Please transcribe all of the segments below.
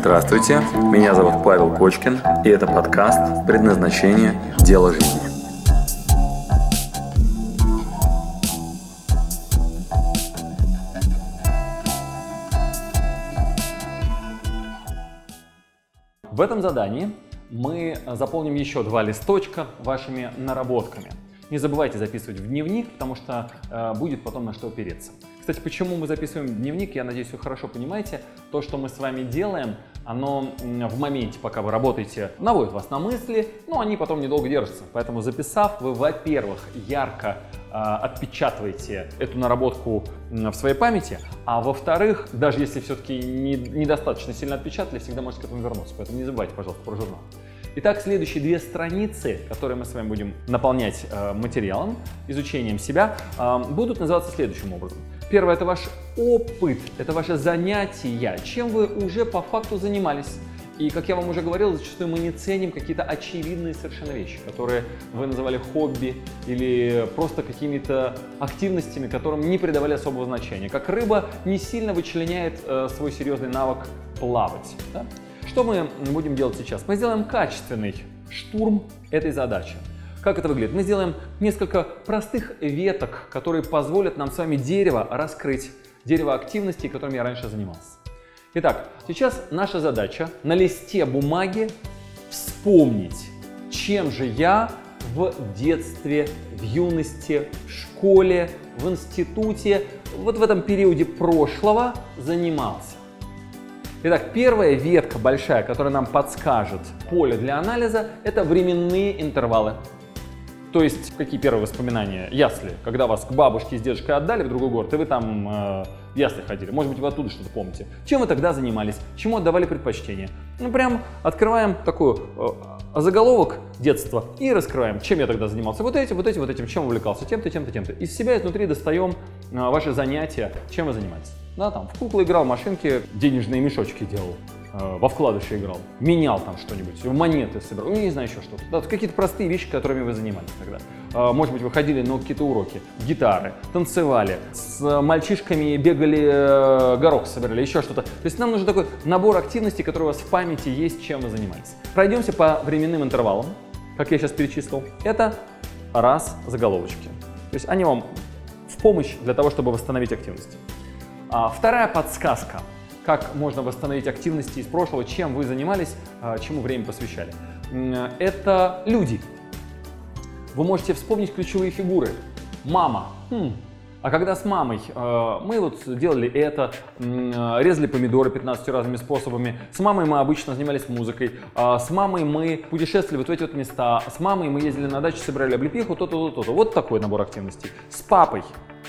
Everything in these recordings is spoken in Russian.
Здравствуйте, меня зовут Павел Кочкин, и это подкаст «Предназначение. Дело жизни». В этом задании мы заполним еще 2 листочка вашими наработками. Не забывайте записывать в дневник, потому что будет потом на что опереться. Кстати, почему мы записываем в дневник, я надеюсь, вы хорошо понимаете. То, что мы с вами делаем, оно в моменте, пока вы работаете, наводит вас на мысли, но они потом недолго держатся. Поэтому записав, вы, во-первых, ярко отпечатываете эту наработку в своей памяти, а во-вторых, даже если все-таки недостаточно сильно отпечатали, всегда можете к этому вернуться. Поэтому не забывайте, пожалуйста, про журнал. Итак, следующие 2 страницы, которые мы с вами будем наполнять материалом, изучением себя, будут называться следующим образом. Первое – это ваш опыт, это ваше занятие, чем вы уже по факту занимались. И, как я вам уже говорил, зачастую мы не ценим какие-то очевидные совершенно вещи, которые вы называли хобби или просто какими-то активностями, которым не придавали особого значения. Как рыба не сильно вычленяет свой серьезный навык плавать. Да? Что мы будем делать сейчас? Мы сделаем качественный штурм этой задачи. Как это выглядит? Мы сделаем несколько простых веток, которые позволят нам с вами дерево раскрыть, дерево активностей, которыми я раньше занимался. Итак, сейчас наша задача на листе бумаги вспомнить, чем же я в детстве, в юности, в школе, в институте, вот в этом периоде прошлого занимался. Итак, первая ветка большая, которая нам подскажет поле для анализа, это временные интервалы. То есть, какие первые воспоминания? Ясли, когда вас к бабушке с дедушкой отдали в другой город, и вы там в ясли ходили. Может быть, вы оттуда что-то помните. Чем вы тогда занимались? Чему отдавали предпочтение? Ну, прям открываем такой заголовок детства и раскрываем, чем я тогда занимался. Вот этим, чем увлекался, тем-то, тем-то, тем-то. Из себя изнутри достаем ваши занятия, чем вы занимались. Да, там, в куклы играл, машинки, денежные мешочки делал. Во вкладыши играл, менял там что-нибудь, монеты собирал, не знаю, еще что-то. Да, какие-то простые вещи, которыми вы занимались тогда. Может быть, вы ходили на какие-то уроки, гитары, танцевали, с мальчишками бегали, горох собирали, еще что-то. То есть нам нужен такой набор активностей, которые у вас в памяти есть, чем вы занимались. Пройдемся по временным интервалам, как я сейчас перечислил. Это раз заголовочки. То есть они вам в помощь для того, чтобы восстановить активность. Вторая подсказка. Как можно восстановить активности из прошлого, чем вы занимались, чему время посвящали. Это люди. Вы можете вспомнить ключевые фигуры. Мама. А когда с мамой мы вот делали это, резали помидоры 15 разными способами. С мамой мы обычно занимались музыкой. С мамой мы путешествовали вот в эти вот места. С мамой мы ездили на дачу, собирали облепиху, то-то, то-то. Вот такой набор активностей. С папой,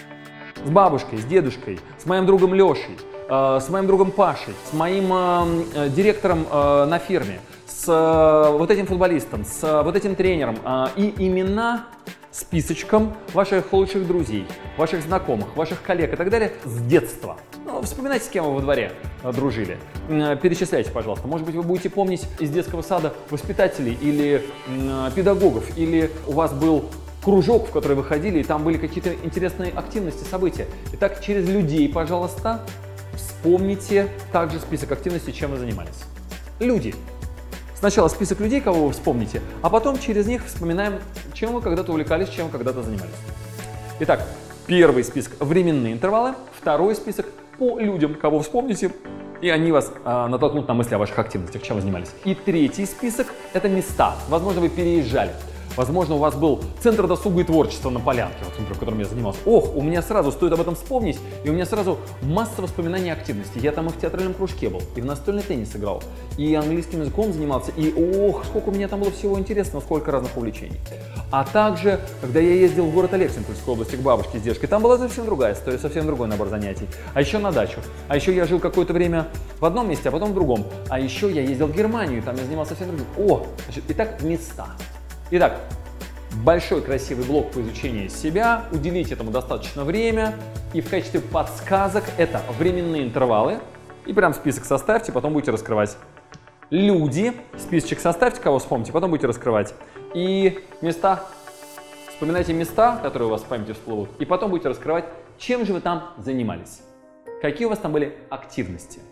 с бабушкой, с дедушкой, с моим другом Лешей. С моим другом Пашей, с моим директором на фирме, с вот этим футболистом, с вот этим тренером. И имена списочком ваших лучших друзей, ваших знакомых, ваших коллег и так далее с детства. Ну, вспоминайте, с кем вы во дворе дружили. Перечисляйте, пожалуйста. Может быть, вы будете помнить из детского сада воспитателей или педагогов, или у вас был кружок, в который вы ходили, и там были какие-то интересные активности, события. Итак, через людей, пожалуйста, вспомните также список активностей, чем вы занимались. Люди. Сначала список людей, кого вы вспомните, а потом через них вспоминаем, чем вы когда-то увлекались, чем вы когда-то занимались. Итак, первый список – временные интервалы, второй список – по людям, кого вспомните, и они вас натолкнут на мысли о ваших активностях, чем вы занимались. И третий список – это места. Возможно, вы переезжали. Возможно, у вас был центр досуга и творчества на Полянке, вот, например, в котором я занимался. Ох, у меня сразу стоит об этом вспомнить, и у меня сразу масса воспоминаний активности. Я там и в театральном кружке был, и в настольный теннис играл, и английским языком занимался, и ох, сколько у меня там было всего интересного, сколько разных увлечений. А также, когда я ездил в город Алексин, Тульской области, к бабушке с дедушкой, там была совсем другая история, совсем другой набор занятий. А еще на дачу. А еще я жил какое-то время в одном месте, а потом в другом. А еще я ездил в Германию, там я занимался совсем другим. Значит, итак, места. Итак, большой красивый блок по изучению себя, уделите этому достаточно время, и в качестве подсказок это временные интервалы, и прям список составьте, потом будете раскрывать. Люди, списочек составьте, кого вспомните, потом будете раскрывать. И места, вспоминайте места, которые у вас в памяти всплывут, и потом будете раскрывать, чем же вы там занимались, какие у вас там были активности,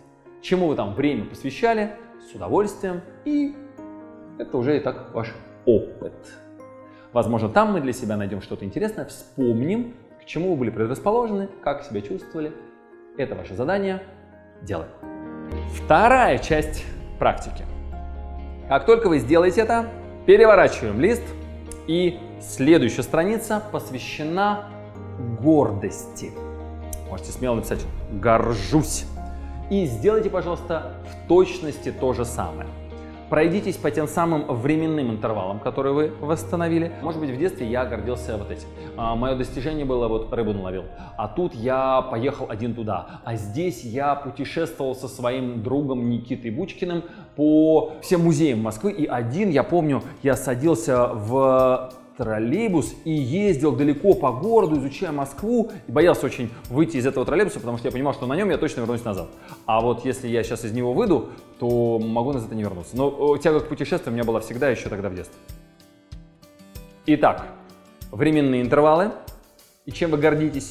чему вы там время посвящали, с удовольствием, и это уже и так ваш опыт. Возможно, там мы для себя найдем что-то интересное, вспомним, к чему вы были предрасположены, как себя чувствовали. Это ваше задание. Делаем. Вторая часть практики. Как только вы сделаете это, переворачиваем лист, и следующая страница посвящена гордости. Можете смело написать «горжусь». И сделайте, пожалуйста, в точности то же самое. Пройдитесь по тем самым временным интервалам, которые вы восстановили. Может быть, в детстве я гордился вот этим. Мое достижение было вот рыбу наловил. А тут я поехал один туда. А здесь я путешествовал со своим другом Никитой Бучкиным по всем музеям Москвы. И один, я помню, я садился в троллейбус и ездил далеко по городу, изучая Москву, и боялся очень выйти из этого троллейбуса, потому что я понимал, что на нем я точно вернусь назад. А вот если я сейчас из него выйду, то могу назад и не вернуться. Но тяга к путешествию у меня была всегда, еще тогда в детстве. Итак, временные интервалы. И чем вы гордитесь?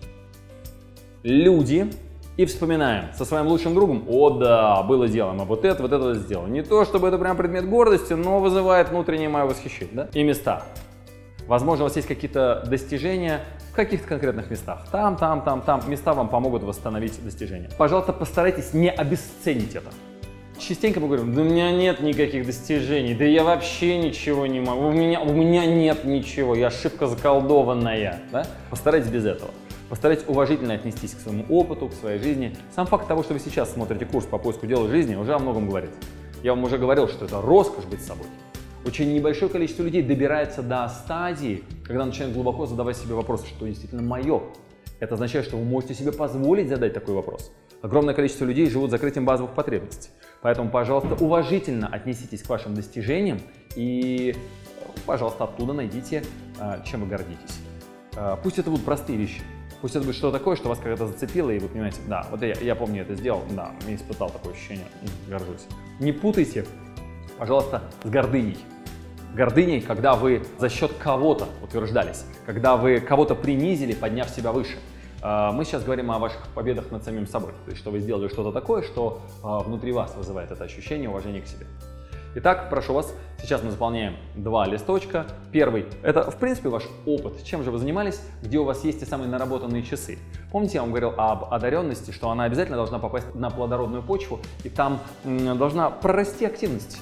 Люди. И вспоминаем со своим лучшим другом: о да, было дело, мы вот это сделал. Не то, чтобы это прям предмет гордости, но вызывает внутреннее мое восхищение. Да? И места. Возможно, у вас есть какие-то достижения в каких-то конкретных местах. Там. Места вам помогут восстановить достижения. Пожалуйста, постарайтесь не обесценить это. Частенько мы говорим: да у меня нет никаких достижений, да я вообще ничего не могу, у меня нет ничего, я ошибка заколдованная. Да? Постарайтесь без этого. Постарайтесь уважительно отнестись к своему опыту, к своей жизни. Сам факт того, что вы сейчас смотрите курс по поиску дела жизни, уже о многом говорит. Я вам уже говорил, что это роскошь быть собой. Очень небольшое количество людей добирается до стадии, когда начинают глубоко задавать себе вопрос, что действительно мое. Это означает, что вы можете себе позволить задать такой вопрос. Огромное количество людей живут закрытием базовых потребностей. Поэтому, пожалуйста, уважительно отнеситесь к вашим достижениям и, пожалуйста, оттуда найдите, чем вы гордитесь. Пусть это будут простые вещи. Пусть это будет что-то такое, что вас когда-то зацепило, и вы понимаете: да, вот я помню, это сделал, да, я испытал такое ощущение, горжусь. Не путайте, пожалуйста, с гордыней. Гордыней, когда вы за счет кого-то утверждались, когда вы кого-то принизили, подняв себя выше. Мы сейчас говорим о ваших победах над самим собой, то есть что вы сделали что-то такое, что внутри вас вызывает это ощущение уважения к себе. Итак, прошу вас, сейчас мы заполняем 2 листочка. Первый – это, в принципе, ваш опыт. Чем же вы занимались, где у вас есть те самые наработанные часы. Помните, я вам говорил об одаренности, что она обязательно должна попасть на плодородную почву, и там должна прорасти активность.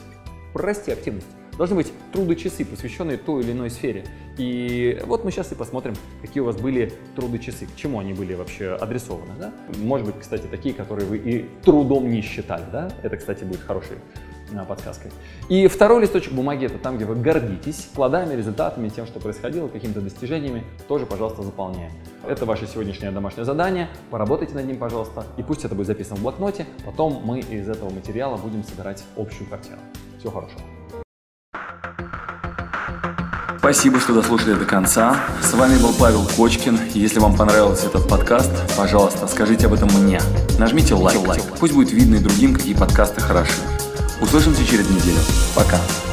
Должны быть трудочасы, посвященные той или иной сфере. И вот мы сейчас и посмотрим, какие у вас были трудочасы, к чему они были вообще адресованы. Да? Может быть, кстати, такие, которые вы и трудом не считали. Да? Это, кстати, будет хорошей подсказкой. И второй листочек бумаги – это там, где вы гордитесь плодами, результатами, тем, что происходило, какими-то достижениями. Тоже, пожалуйста, заполняем. Это ваше сегодняшнее домашнее задание. Поработайте над ним, пожалуйста. И пусть это будет записано в блокноте. Потом мы из этого материала будем собирать общую картину. Всего хорошего. Спасибо, что дослушали до конца. С вами был Павел Кочкин. Если вам понравился этот подкаст, пожалуйста, скажите об этом мне. Нажмите лайк. Пусть будет видно и другим, какие подкасты хороши. Услышимся через неделю. Пока.